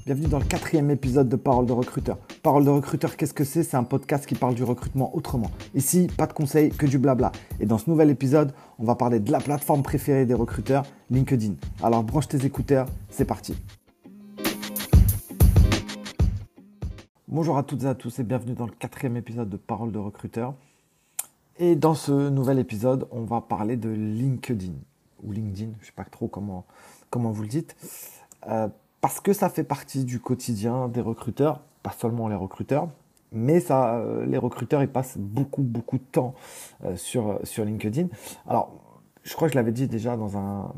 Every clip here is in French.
Bienvenue dans le 4e épisode de Parole de recruteur. Parole de recruteur, qu'est-ce que c'est? C'est un podcast qui parle du recrutement autrement. Ici, pas de conseils, que du blabla. Et dans ce nouvel épisode, on va parler de la plateforme préférée des recruteurs, LinkedIn. Alors branche tes écouteurs, c'est parti. Bonjour à toutes et à tous et bienvenue dans le 4e épisode de Parole de recruteur. Et dans ce nouvel épisode, on va parler de LinkedIn. Ou LinkedIn, je ne sais pas trop comment vous le dites. Parce que ça fait partie du quotidien des recruteurs, pas seulement les recruteurs, mais les recruteurs ils passent beaucoup de temps sur LinkedIn. Alors, je crois que je l'avais dit déjà dans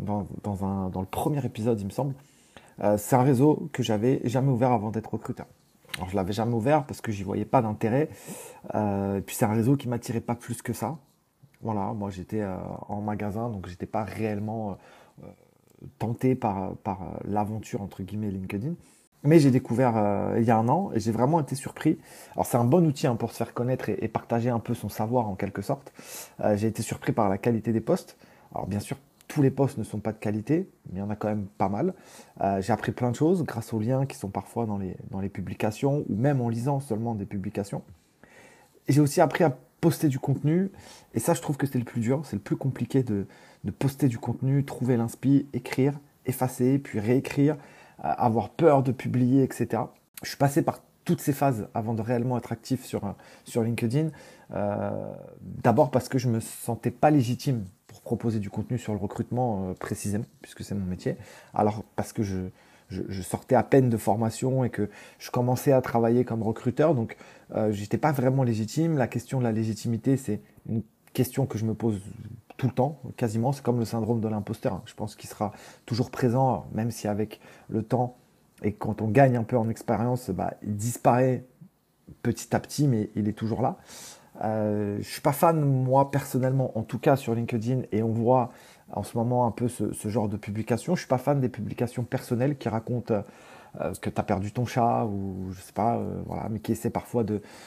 le premier épisode, il me semble. C'est un réseau que j'avais jamais ouvert avant d'être recruteur. Alors, je l'avais jamais ouvert parce que j'y voyais pas d'intérêt. Et puis c'est un réseau qui m'attirait pas plus que ça. Voilà, moi j'étais en magasin, donc j'étais pas réellement tenté par l'aventure entre guillemets LinkedIn. Mais j'ai découvert il y a un an et j'ai vraiment été surpris. Alors c'est un bon outil pour se faire connaître et partager un peu son savoir en quelque sorte. J'ai été surpris par la qualité des posts. Alors bien sûr, tous les posts ne sont pas de qualité, mais il y en a quand même pas mal. J'ai appris plein de choses grâce aux liens qui sont parfois dans les publications ou même en lisant seulement des publications. Et j'ai aussi appris à poster du contenu. Et ça, je trouve que c'est le plus dur, c'est le plus compliqué de poster du contenu, trouver l'inspi, écrire, effacer, puis réécrire, avoir peur de publier, etc. Je suis passé par toutes ces phases avant de réellement être actif sur LinkedIn. D'abord parce que je ne me sentais pas légitime pour proposer du contenu sur le recrutement précisément, puisque c'est mon métier. Alors parce que je sortais à peine de formation et que je commençais à travailler comme recruteur, donc j'étais pas vraiment légitime. La question de la légitimité, c'est une question que je me pose tout le temps, quasiment. C'est comme le syndrome de l'imposteur. Je pense qu'il sera toujours présent, même si avec le temps et quand on gagne un peu en expérience, il disparaît petit à petit, mais il est toujours là. Je suis pas fan, moi, personnellement, en tout cas sur LinkedIn, et on voit en ce moment un peu ce genre de publications. Je suis pas fan des publications personnelles qui racontent que tu as perdu ton chat ou je sais pas, voilà, mais qui essaient parfois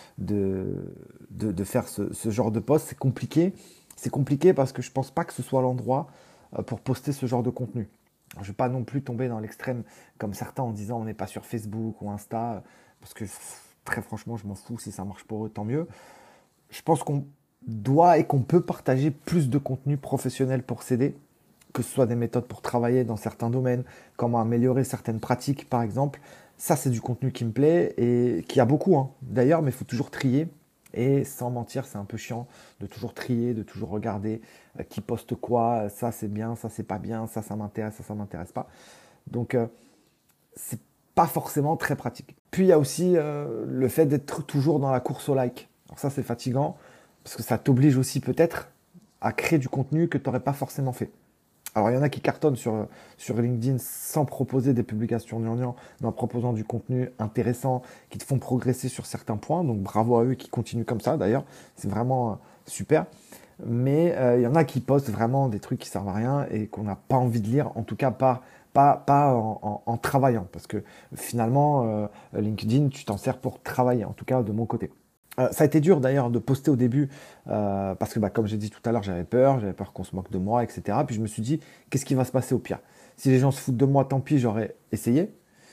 de faire ce genre de post. C'est compliqué. C'est compliqué parce que je pense pas que ce soit l'endroit pour poster ce genre de contenu. Alors, je ne vais pas non plus tomber dans l'extrême comme certains en disant on n'est pas sur Facebook ou Insta, parce que très franchement, je m'en fous. Si ça marche pour eux, tant mieux. Je pense qu'on doit et qu'on peut partager plus de contenu professionnel pour s'aider, que ce soit des méthodes pour travailler dans certains domaines, comment améliorer certaines pratiques par exemple. Ça, c'est du contenu qui me plaît et qui a beaucoup d'ailleurs, mais il faut toujours trier. Et sans mentir, c'est un peu chiant de toujours trier, de toujours regarder qui poste quoi, ça c'est bien, ça c'est pas bien, ça m'intéresse, ça m'intéresse pas. Donc c'est pas forcément très pratique. Puis il y a aussi le fait d'être toujours dans la course au like. Alors ça c'est fatigant parce que ça t'oblige aussi peut-être à créer du contenu que tu n'aurais pas forcément fait. Alors il y en a qui cartonnent sur LinkedIn sans proposer des publications gnangnan, mais en proposant du contenu intéressant, qui te font progresser sur certains points. Donc bravo à eux qui continuent comme ça d'ailleurs, c'est vraiment super. Mais il y en a qui postent vraiment des trucs qui servent à rien et qu'on n'a pas envie de lire, en tout cas pas en travaillant. Parce que finalement, LinkedIn, tu t'en sers pour travailler, en tout cas de mon côté. Ça a été dur d'ailleurs de poster au début parce que comme j'ai dit tout à l'heure, j'avais peur qu'on se moque de moi, etc. Puis je me suis dit, qu'est-ce qui va se passer au pire? Si les gens se foutent de moi, tant pis, j'aurais essayé.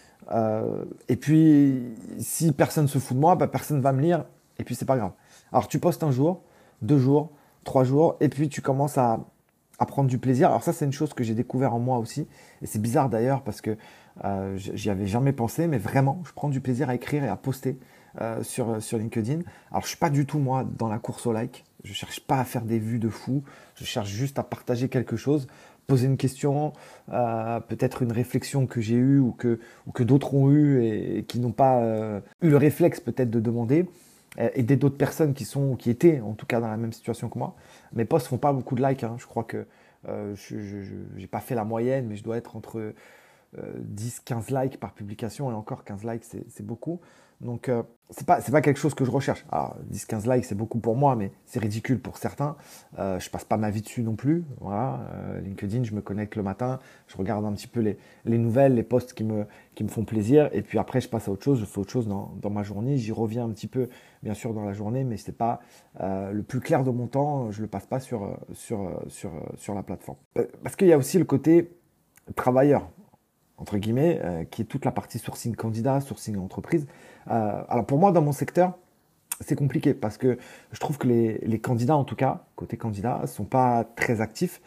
Et puis, si personne se fout de moi, personne va me lire, et puis c'est pas grave. Alors tu postes un jour, 2 jours, 3 jours, et puis tu commences à prendre du plaisir. Alors ça, c'est une chose que j'ai découvert en moi aussi, et c'est bizarre d'ailleurs parce que j'y avais jamais pensé, mais vraiment, je prends du plaisir à écrire et à poster sur LinkedIn. Alors je suis pas du tout moi dans la course au like, je cherche pas à faire des vues de fou, je cherche juste à partager quelque chose, poser une question, peut-être une réflexion que j'ai eue ou que d'autres ont eue et qui n'ont pas eu le réflexe peut-être de demander, aider d'autres personnes qui étaient en tout cas dans la même situation que moi. Mes posts font pas beaucoup de likes, je crois que je n'ai pas fait la moyenne, mais je dois être entre 10-15 likes par publication, et encore 15 likes c'est beaucoup. Donc c'est pas quelque chose que je recherche. Alors 10-15 likes c'est beaucoup pour moi, mais c'est ridicule pour certains. Je passe pas ma vie dessus non plus. Voilà, LinkedIn, je me connecte le matin, je regarde un petit peu les nouvelles, les posts qui me font plaisir, et puis après je passe à autre chose, je fais autre chose dans ma journée. J'y reviens un petit peu bien sûr dans la journée, mais c'est pas le plus clair de mon temps, je le passe pas sur la plateforme. Parce qu'il y a aussi le côté travailleur. entre guillemets, qui est toute la partie sourcing candidat, sourcing entreprise. Alors pour moi, dans mon secteur, c'est compliqué parce que je trouve que les candidats, en tout cas, côté candidat, sont pas très actifs.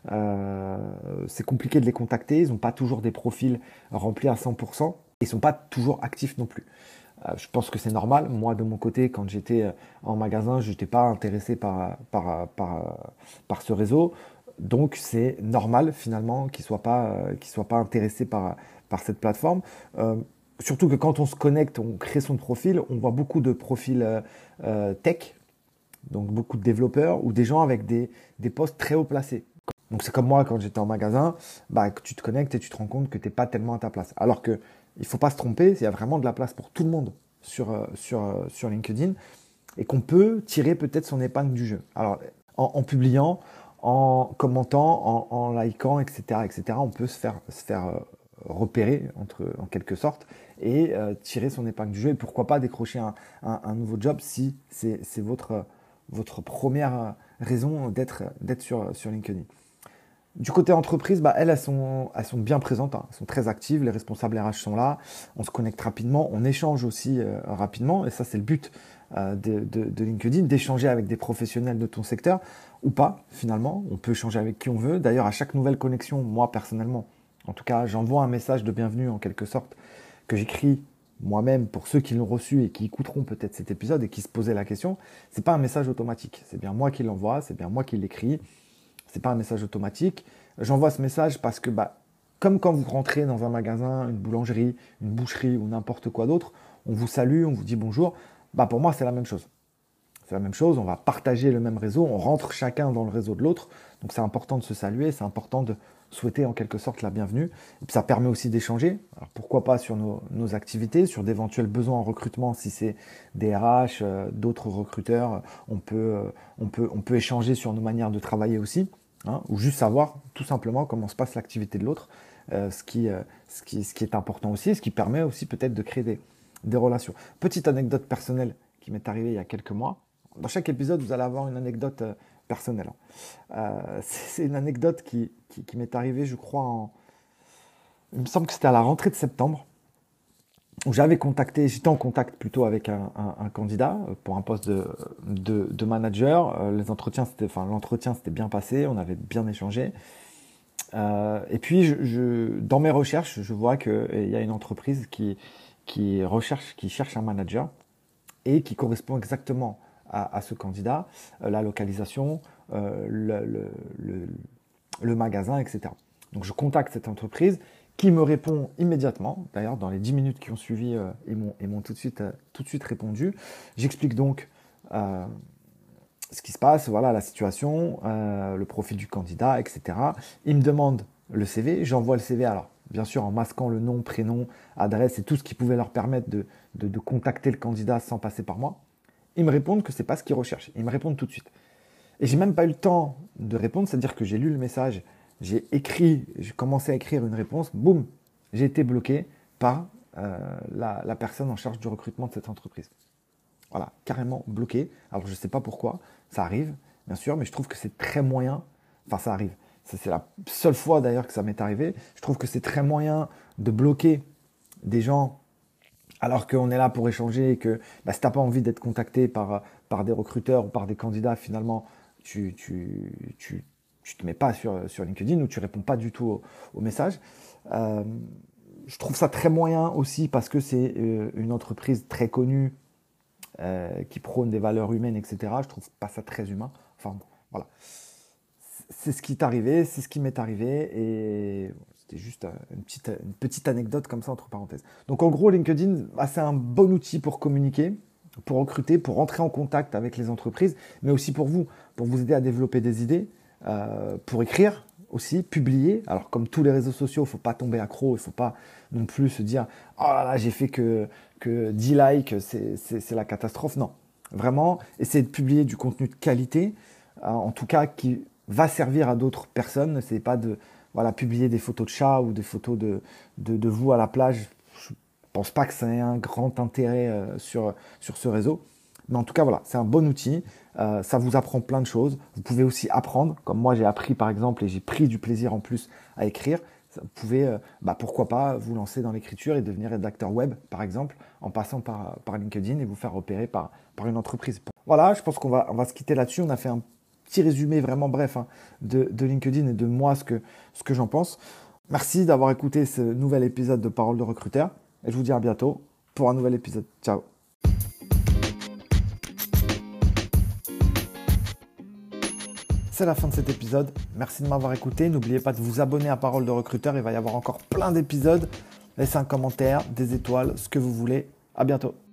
C'est compliqué de les contacter, ils n'ont pas toujours des profils remplis à 100%, ils sont pas toujours actifs non plus. Je pense que c'est normal. Moi, de mon côté, quand j'étais en magasin, je n'étais pas intéressé par ce réseau. Donc, c'est normal finalement qu'il soit pas intéressé par cette plateforme. Surtout que quand on se connecte, on crée son profil, on voit beaucoup de profils tech, donc beaucoup de développeurs ou des gens avec des postes très haut placés. Donc c'est comme moi quand j'étais en magasin, bah, que tu te connectes et tu te rends compte que tu n'es pas tellement à ta place. Alors que il ne faut pas se tromper, il y a vraiment de la place pour tout le monde sur LinkedIn et qu'on peut tirer peut-être son épingle du jeu. Alors en publiant, en commentant, en likant, etc., on peut se faire repérer en quelque sorte et tirer son épingle du jeu et pourquoi pas décrocher un nouveau job si c'est votre première raison d'être sur LinkedIn. Du côté entreprise, bah, elles sont bien présentes, hein. Elles sont très actives, les responsables RH sont là, on se connecte rapidement, on échange aussi rapidement, et ça c'est le but de LinkedIn, d'échanger avec des professionnels de ton secteur, ou pas finalement, on peut échanger avec qui on veut. D'ailleurs, à chaque nouvelle connexion, moi personnellement, en tout cas, j'envoie un message de bienvenue en quelque sorte, que j'écris moi-même pour ceux qui l'ont reçu et qui écouteront peut-être cet épisode et qui se posaient la question. C'est pas un message automatique, c'est bien moi qui l'envoie, c'est bien moi qui l'écris. C'est pas un message automatique. J'envoie ce message parce que, bah, comme quand vous rentrez dans un magasin, une boulangerie, une boucherie ou n'importe quoi d'autre, on vous salue, on vous dit bonjour. Bah, pour moi, c'est la même chose. C'est la même chose, on va partager le même réseau, on rentre chacun dans le réseau de l'autre. Donc c'est important de se saluer, c'est important de souhaiter en quelque sorte la bienvenue. Et puis ça permet aussi d'échanger. Alors pourquoi pas sur nos activités, sur d'éventuels besoins en recrutement, si c'est des RH, d'autres recruteurs, on peut échanger sur nos manières de travailler aussi, hein, ou juste savoir tout simplement comment se passe l'activité de l'autre, ce qui est important aussi, ce qui permet aussi peut-être de créer des relations. Petite anecdote personnelle qui m'est arrivée il y a quelques mois. Dans chaque épisode, vous allez avoir une anecdote personnelle. C'est une anecdote qui m'est arrivée, je crois, il me semble que c'était à la rentrée de septembre, où j'étais en contact plutôt avec un candidat pour un poste de manager. L'entretien s'était bien passé, on avait bien échangé. Et puis, dans mes recherches, je vois qu'il y a une entreprise qui cherche un manager et qui correspond exactement à ce candidat, la localisation, le magasin, etc. Donc je contacte cette entreprise qui me répond immédiatement. D'ailleurs, dans les 10 minutes qui ont suivi, ils m'ont tout de suite répondu. J'explique donc ce qui se passe, voilà la situation, le profil du candidat, etc. Ils me demandent le CV, j'envoie le CV, alors bien sûr en masquant le nom, prénom, adresse et tout ce qui pouvait leur permettre de contacter le candidat sans passer par moi. Ils me répondent que c'est pas ce qu'ils recherchent. Ils me répondent tout de suite. Et j'ai même pas eu le temps de répondre, c'est-à-dire que j'ai lu le message, j'ai commencé à écrire une réponse, boum, j'ai été bloqué par la personne en charge du recrutement de cette entreprise. Voilà, carrément bloqué. Alors je ne sais pas pourquoi, ça arrive, bien sûr, mais je trouve que c'est très moyen, enfin ça arrive, c'est la seule fois d'ailleurs que ça m'est arrivé, je trouve que c'est très moyen de bloquer des gens alors qu'on est là pour échanger et que bah, si tu n'as pas envie d'être contacté par des recruteurs ou par des candidats, finalement, tu te mets pas sur LinkedIn ou tu réponds pas du tout au message. Je trouve ça très moyen aussi parce que c'est une entreprise très connue qui prône des valeurs humaines, etc. Je trouve pas ça très humain. Enfin, bon, voilà. C'est ce qui est arrivé, c'est ce qui m'est arrivé et c'était juste une petite anecdote comme ça entre parenthèses. Donc en gros, LinkedIn, bah, c'est un bon outil pour communiquer, pour recruter, pour rentrer en contact avec les entreprises, mais aussi pour vous aider à développer des idées, pour écrire aussi, publier. Alors comme tous les réseaux sociaux, il ne faut pas tomber accro, il ne faut pas non plus se dire « Oh là là, j'ai fait que 10 likes, c'est la catastrophe ». Non, vraiment, essayer de publier du contenu de qualité, en tout cas qui va servir à d'autres personnes. N'essayez pas de publier des photos de chats ou des photos de vous à la plage. Je ne pense pas que ça ait un grand intérêt sur ce réseau. Mais en tout cas, voilà, c'est un bon outil. Ça vous apprend plein de choses. Vous pouvez aussi apprendre, comme moi j'ai appris par exemple et j'ai pris du plaisir en plus à écrire. Vous pouvez, pourquoi pas, vous lancer dans l'écriture et devenir rédacteur web, par exemple, en passant par LinkedIn et vous faire repérer par une entreprise. Voilà, je pense qu'on va se quitter là-dessus. On a fait un petit résumé vraiment bref de LinkedIn et de moi, ce que j'en pense. Merci d'avoir écouté ce nouvel épisode de Parole de recruteur. Et je vous dis à bientôt pour un nouvel épisode. Ciao. C'est la fin de cet épisode. Merci de m'avoir écouté. N'oubliez pas de vous abonner à Parole de recruteur. Il va y avoir encore plein d'épisodes. Laissez un commentaire, des étoiles, ce que vous voulez. À bientôt.